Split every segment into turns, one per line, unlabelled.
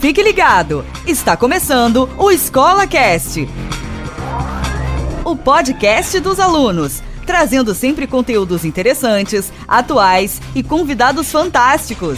Fique ligado, está começando o Escola Cast, o podcast dos alunos, trazendo sempre conteúdos interessantes, atuais e convidados fantásticos.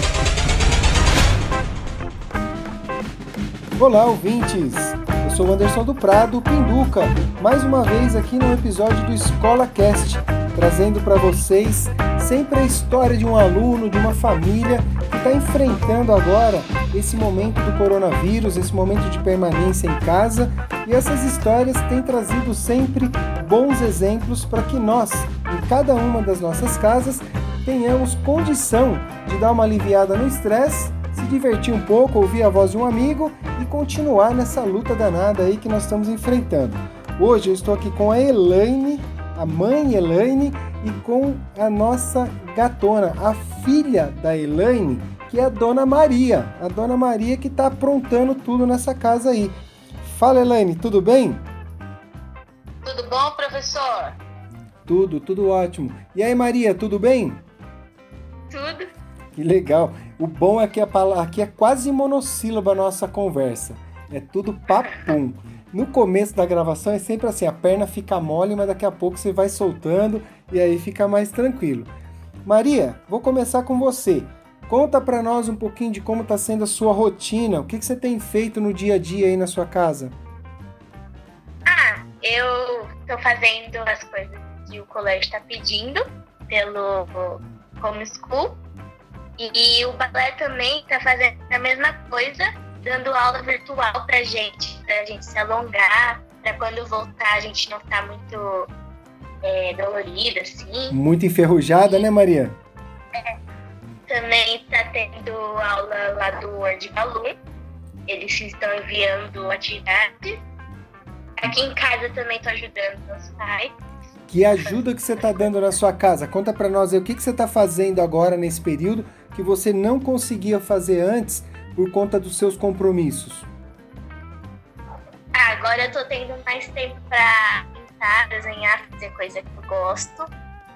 Olá, ouvintes! Eu sou o Anderson do Prado, Pinduca, mais uma vez aqui no episódio do Escola Cast, trazendo para vocês sempre a história de um aluno, de uma família que está enfrentando agora esse momento do coronavírus, esse momento de permanência em casa, e essas histórias têm trazido sempre bons exemplos para que nós, em cada uma das nossas casas, tenhamos condição de dar uma aliviada no estresse, se divertir um pouco, ouvir a voz de um amigo e continuar nessa luta danada aí que nós estamos enfrentando. Hoje eu estou aqui com a Elaine, a mãe Elaine, e com a nossa gatona, a filha da Elaine, que é a Dona Maria. A Dona Maria que está aprontando tudo nessa casa aí. Fala, Elaine, tudo bem?
Tudo bom, professor?
Tudo ótimo. E aí, Maria, tudo bem?
Tudo.
Que legal. O bom é que aqui é quase monossílaba a nossa conversa. É tudo papum. No começo da gravação é sempre assim, a perna fica mole, mas daqui a pouco você vai soltando e aí fica mais tranquilo. Maria, vou começar com você. Conta pra nós um pouquinho de como tá sendo a sua rotina, o que você tem feito no dia a dia aí na sua casa?
Eu tô fazendo as coisas que o colégio tá pedindo pelo homeschool. E o balé também tá fazendo a mesma coisa, dando aula virtual pra gente se alongar, pra quando voltar a gente não ficar muito dolorida, assim.
Muito enferrujada, né, Maria?
Também tá tendo aula lá do Word Balloon, eles estão enviando atividades. Aqui em casa também tô ajudando meus pais.
Que ajuda que você tá dando na sua casa? Conta pra nós aí o que você tá fazendo agora nesse período que você não conseguia fazer antes por conta dos seus compromissos.
Agora eu tô tendo mais tempo pra pintar, desenhar, fazer coisa que eu gosto.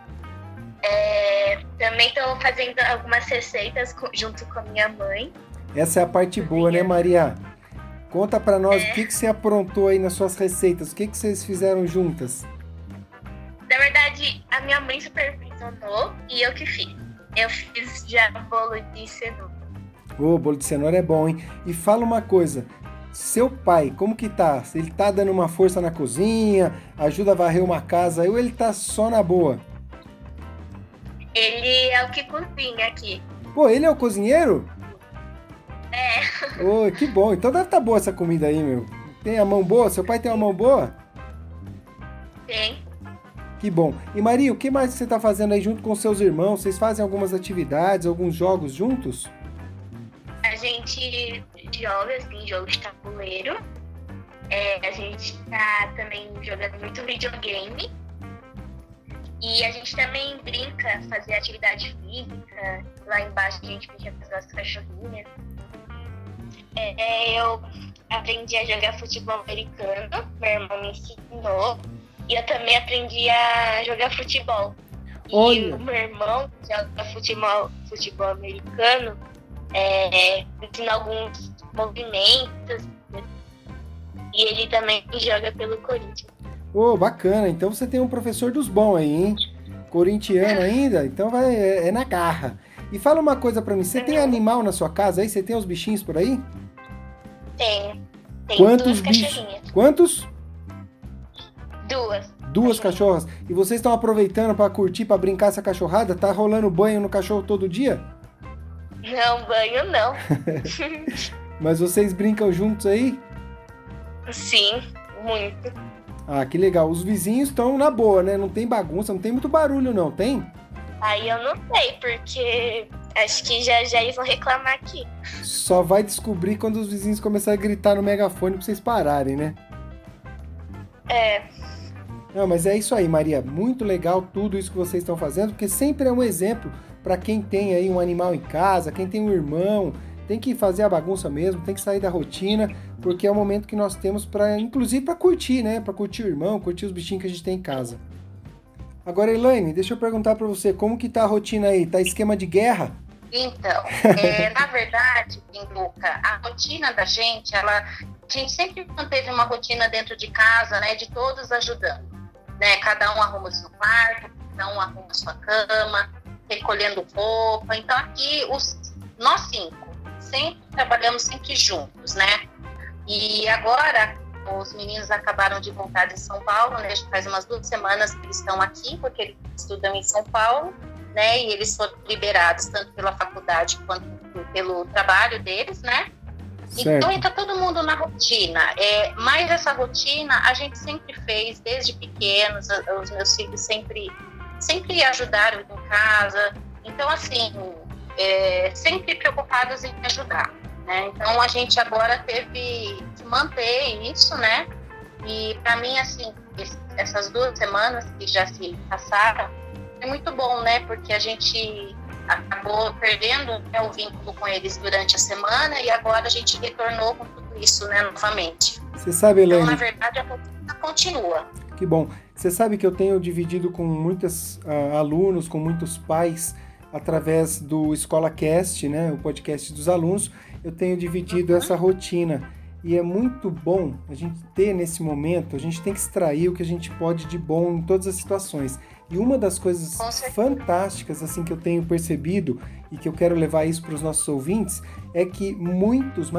Também tô fazendo algumas receitas junto com a minha mãe.
Essa é a parte boa, né, Maria? Conta pra nós o que você aprontou aí nas suas receitas, o que vocês fizeram juntas?
Na verdade, a minha mãe supervisionou e eu que fiz. Eu fiz já bolo de cenoura.
Ô, bolo de cenoura é bom, hein? E fala uma coisa, seu pai, como que tá? Ele tá dando uma força na cozinha, ajuda a varrer uma casa, ou ele tá só na boa?
Ele é o que cozinha aqui.
Pô, ele é o cozinheiro?
É.
Ô, que bom, então deve estar boa essa comida aí, meu. Tem a mão boa? Seu pai tem uma mão boa?
Tem.
Que bom. E Maria, o que mais você está fazendo aí junto com seus irmãos? Vocês fazem algumas atividades, alguns jogos juntos?
A gente joga, assim, jogo de tabuleiro. A gente tá também jogando muito videogame. E a gente também brinca, fazer atividade física. Lá embaixo a gente brinca com as nossas cachorrinhas. Eu aprendi a jogar futebol americano. Meu irmão me ensinou. E eu também aprendi a jogar futebol.
Olha.
E o meu irmão joga futebol americano, ensina alguns movimentos. E ele também joga pelo Corinthians.
Ô, bacana. Então você tem um professor dos bons aí, hein? Corintiano ainda? Então é na garra. E fala uma coisa pra mim, você tem animal na sua casa aí? Você tem os bichinhos por aí?
Tenho.
Quantos
duas
bichos?
cachorrinhas.
Quantos?
Duas
cachorras. E vocês estão aproveitando pra curtir, pra brincar essa cachorrada? Tá rolando banho no cachorro todo dia?
Não, banho não.
Mas vocês brincam juntos aí?
Sim, muito.
Ah, que legal. Os vizinhos estão na boa, né? Não tem bagunça, não tem muito barulho não, tem?
Aí eu não sei, porque acho que já eles vão reclamar aqui.
Só vai descobrir quando os vizinhos começarem a gritar no megafone pra vocês pararem, né? Não, mas é isso aí, Maria. Muito legal tudo isso que vocês estão fazendo, porque sempre é um exemplo para quem tem aí um animal em casa, quem tem um irmão, tem que fazer a bagunça mesmo, tem que sair da rotina, porque é o momento que nós temos para, inclusive para curtir, né? Para curtir o irmão, curtir os bichinhos que a gente tem em casa. Agora, Elaine, deixa eu perguntar para você, como que tá a rotina aí? Tá esquema de guerra?
Então, na verdade, Pinduca, a rotina da gente, a gente sempre manteve uma rotina dentro de casa, né, de todos ajudando, né, cada um arruma o seu quarto, cada um arruma a sua cama, recolhendo roupa. Então, aqui, nós 5, sempre trabalhamos sempre juntos, né, e agora os meninos acabaram de voltar de São Paulo, né, já faz umas 2 semanas que eles estão aqui, porque eles estudam em São Paulo, né, e eles foram liberados tanto pela faculdade quanto pelo trabalho deles, né? Certo. Então entra todo mundo na rotina. Mas essa rotina a gente sempre fez desde pequenos. Os meus filhos sempre ajudaram em casa. Então assim, sempre preocupados em ajudar, né? Então a gente agora teve que manter isso, né? E para mim assim, essas 2 semanas que já se passaram, é muito bom, né? Porque a gente acabou perdendo, né, o vínculo com eles durante a semana e agora a gente retornou com tudo isso, né, novamente.
Você sabe, Elaine...
Então, na verdade, a rotina continua.
Que bom. Você sabe que eu tenho dividido com muitos alunos, com muitos pais, através do Escola Cast, né, o podcast dos alunos, eu tenho dividido essa rotina. E é muito bom a gente ter nesse momento, a gente tem que extrair o que a gente pode de bom em todas as situações. E uma das coisas fantásticas assim que eu tenho percebido e que eu quero levar isso para os nossos ouvintes é que muitos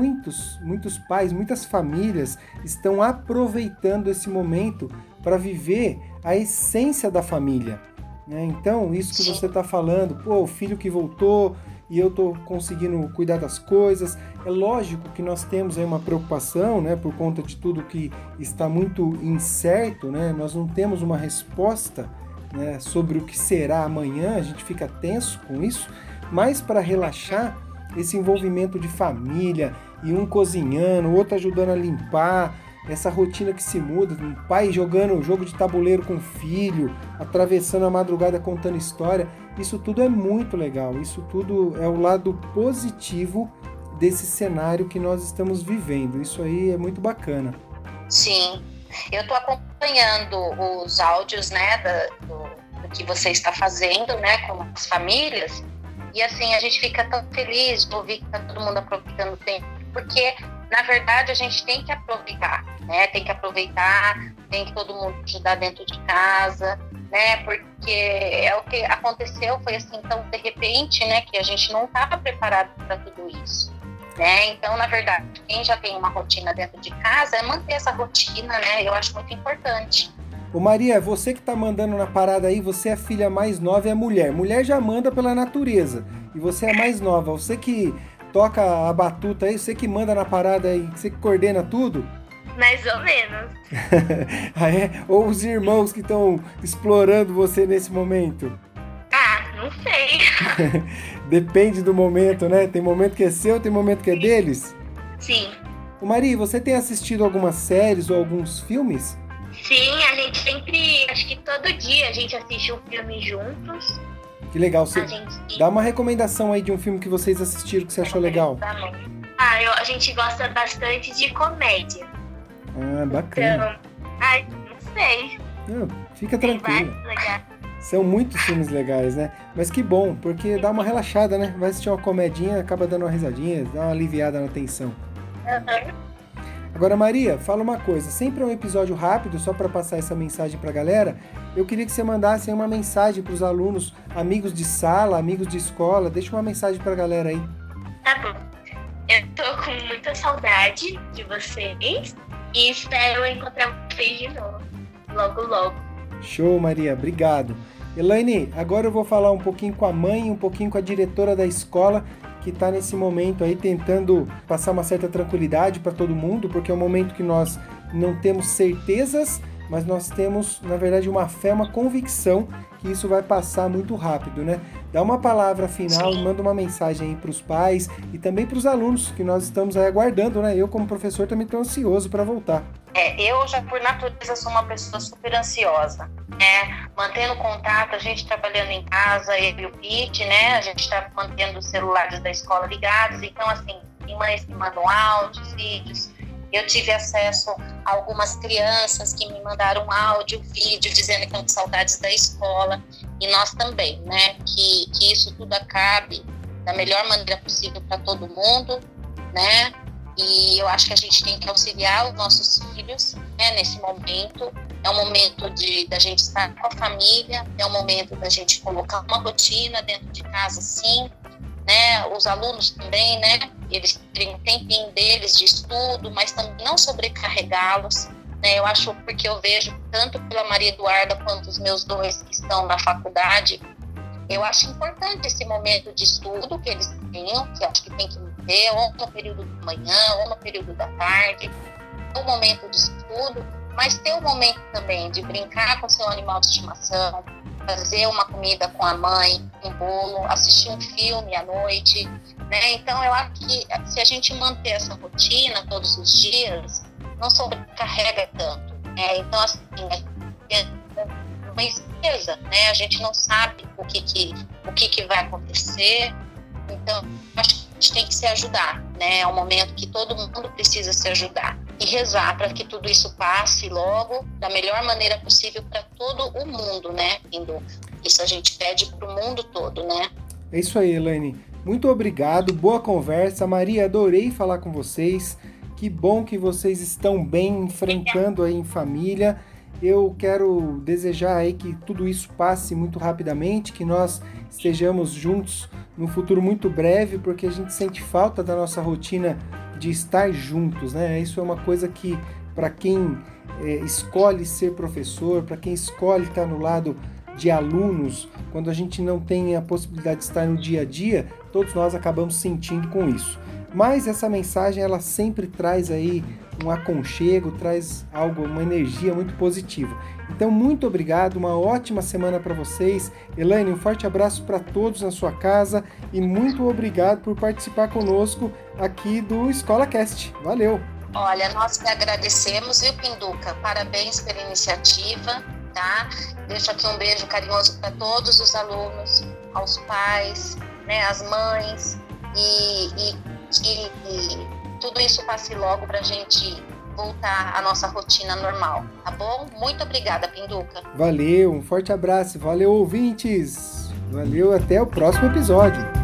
pais, muitas famílias estão aproveitando esse momento para viver a essência da família, né? Então, isso que você está falando, o filho que voltou e eu estou conseguindo cuidar das coisas. É lógico que nós temos aí uma preocupação, né, por conta de tudo que está muito incerto, né? Nós não temos uma resposta, né, sobre o que será amanhã, a gente fica tenso com isso, mas para relaxar, esse envolvimento de família, e um cozinhando, o outro ajudando a limpar, essa rotina que se muda, um pai jogando jogo de tabuleiro com o filho, atravessando a madrugada contando história, isso tudo é muito legal, isso tudo é o lado positivo desse cenário que nós estamos vivendo, isso aí é muito bacana.
Sim, eu estou acompanhando os áudios, né, do que você está fazendo, né, com as famílias, e assim, a gente fica tão feliz de ouvir que está todo mundo aproveitando o tempo, porque na verdade a gente tem que aproveitar, né? Tem que todo mundo ajudar dentro de casa, né? Porque o que aconteceu foi assim, tão de repente, né? Que a gente não estava preparado para tudo isso, né? Então, na verdade, quem já tem uma rotina dentro de casa é manter essa rotina, né? Eu acho muito importante.
Ô Maria, você que tá mandando na parada aí, você é a filha mais nova e é mulher. Mulher já manda pela natureza e você é mais nova. Você que toca a batuta aí, você que manda na parada aí, você que coordena tudo?
Mais ou menos.
Ah, é? Ou os irmãos que estão explorando você nesse momento?
Ah, não sei.
Depende do momento, né? Tem momento que é seu, tem momento que é deles?
Sim.
Ô Maria, você tem assistido algumas séries ou alguns filmes?
Sim, a gente sempre, acho que todo dia a gente assiste um filme juntos.
Que legal, você dá uma recomendação aí de um filme que vocês assistiram que você achou legal.
A gente gosta bastante de comédia.
Ah, bacana.
Então, não sei.
Não, fica tranquilo. São muitos filmes legais, né? Mas que bom, porque dá uma relaxada, né? Vai assistir uma comedinha, acaba dando uma risadinha, dá uma aliviada na tensão. Agora, Maria, fala uma coisa. Sempre é um episódio rápido, só para passar essa mensagem para a galera. Eu queria que você mandasse uma mensagem para os alunos, amigos de sala, amigos de escola. Deixa uma mensagem para a galera aí.
Tá bom. Eu tô com muita saudade de vocês e espero encontrar vocês de novo, logo, logo.
Show, Maria. Obrigado. Elaine, agora eu vou falar um pouquinho com a mãe, um pouquinho com a diretora da escola, que está nesse momento aí tentando passar uma certa tranquilidade para todo mundo, porque é um momento que nós não temos certezas, mas nós temos, na verdade, uma fé, uma convicção que isso vai passar muito rápido, né? Dá uma palavra final e manda uma mensagem aí para os pais e também para os alunos, que nós estamos aí aguardando, né? Eu, como professor, também estou ansioso para voltar.
Eu já, por natureza, sou uma pessoa super ansiosa, né? Mantendo contato, a gente trabalhando em casa, eu e o Pete, né? A gente está mantendo os celulares da escola ligados, então, assim, tem mães que mandam áudios, vídeos. Eu tive acesso a algumas crianças que me mandaram áudio, vídeo, dizendo que estão com saudades da escola. E nós também, né? Que isso tudo acabe da melhor maneira possível para todo mundo, né? E eu acho que a gente tem que auxiliar os nossos filhos, né, nesse momento. É um momento da gente estar com a família, é um momento da gente colocar uma rotina dentro de casa, sim, né? Os alunos também, né? Eles têm um tempinho deles de estudo, mas também não sobrecarregá-los, né? Eu acho, porque eu vejo tanto pela Maria Eduarda quanto os meus dois que estão na faculdade, eu acho importante esse momento de estudo que eles tenham, que acho que tem que ter, ou no período da manhã, ou no período da tarde, um momento de estudo, mas ter um momento também de brincar com seu animal de estimação, fazer uma comida com a mãe, um bolo, assistir um filme à noite, né? Então, eu acho que se a gente manter essa rotina todos os dias, não sobrecarrega tanto, né? Então, assim, uma incerteza, né? A gente não sabe o que vai acontecer, então acho que a gente tem que se ajudar, né? É um momento que todo mundo precisa se ajudar e rezar para que tudo isso passe logo da melhor maneira possível para todo o mundo, né, Pinduca? Isso a gente pede para o mundo todo, né?
É isso aí, Elaine. Muito obrigado, boa conversa. Maria, adorei falar com vocês. Que bom que vocês estão bem, enfrentando aí em família. Eu quero desejar aí que tudo isso passe muito rapidamente, que nós estejamos juntos num futuro muito breve, porque a gente sente falta da nossa rotina de estar juntos, né? Isso é uma coisa que, para quem escolhe ser professor, para quem escolhe estar no lado de alunos, quando a gente não tem a possibilidade de estar no dia a dia, todos nós acabamos sentindo com isso. Mas essa mensagem, ela sempre traz aí um aconchego, traz algo, uma energia muito positiva. Então, muito obrigado, uma ótima semana para vocês. Elaine, um forte abraço para todos na sua casa e muito obrigado por participar conosco aqui do Escola Cast. Valeu!
Olha, nós que agradecemos, viu, Pinduca? Parabéns pela iniciativa, tá? Deixo aqui um beijo carinhoso para todos os alunos, aos pais, né, às mães e tudo isso passe logo para a gente voltar à nossa rotina normal, tá bom? Muito obrigada, Pinduca.
Valeu, um forte abraço, valeu, ouvintes! Valeu, até o próximo episódio!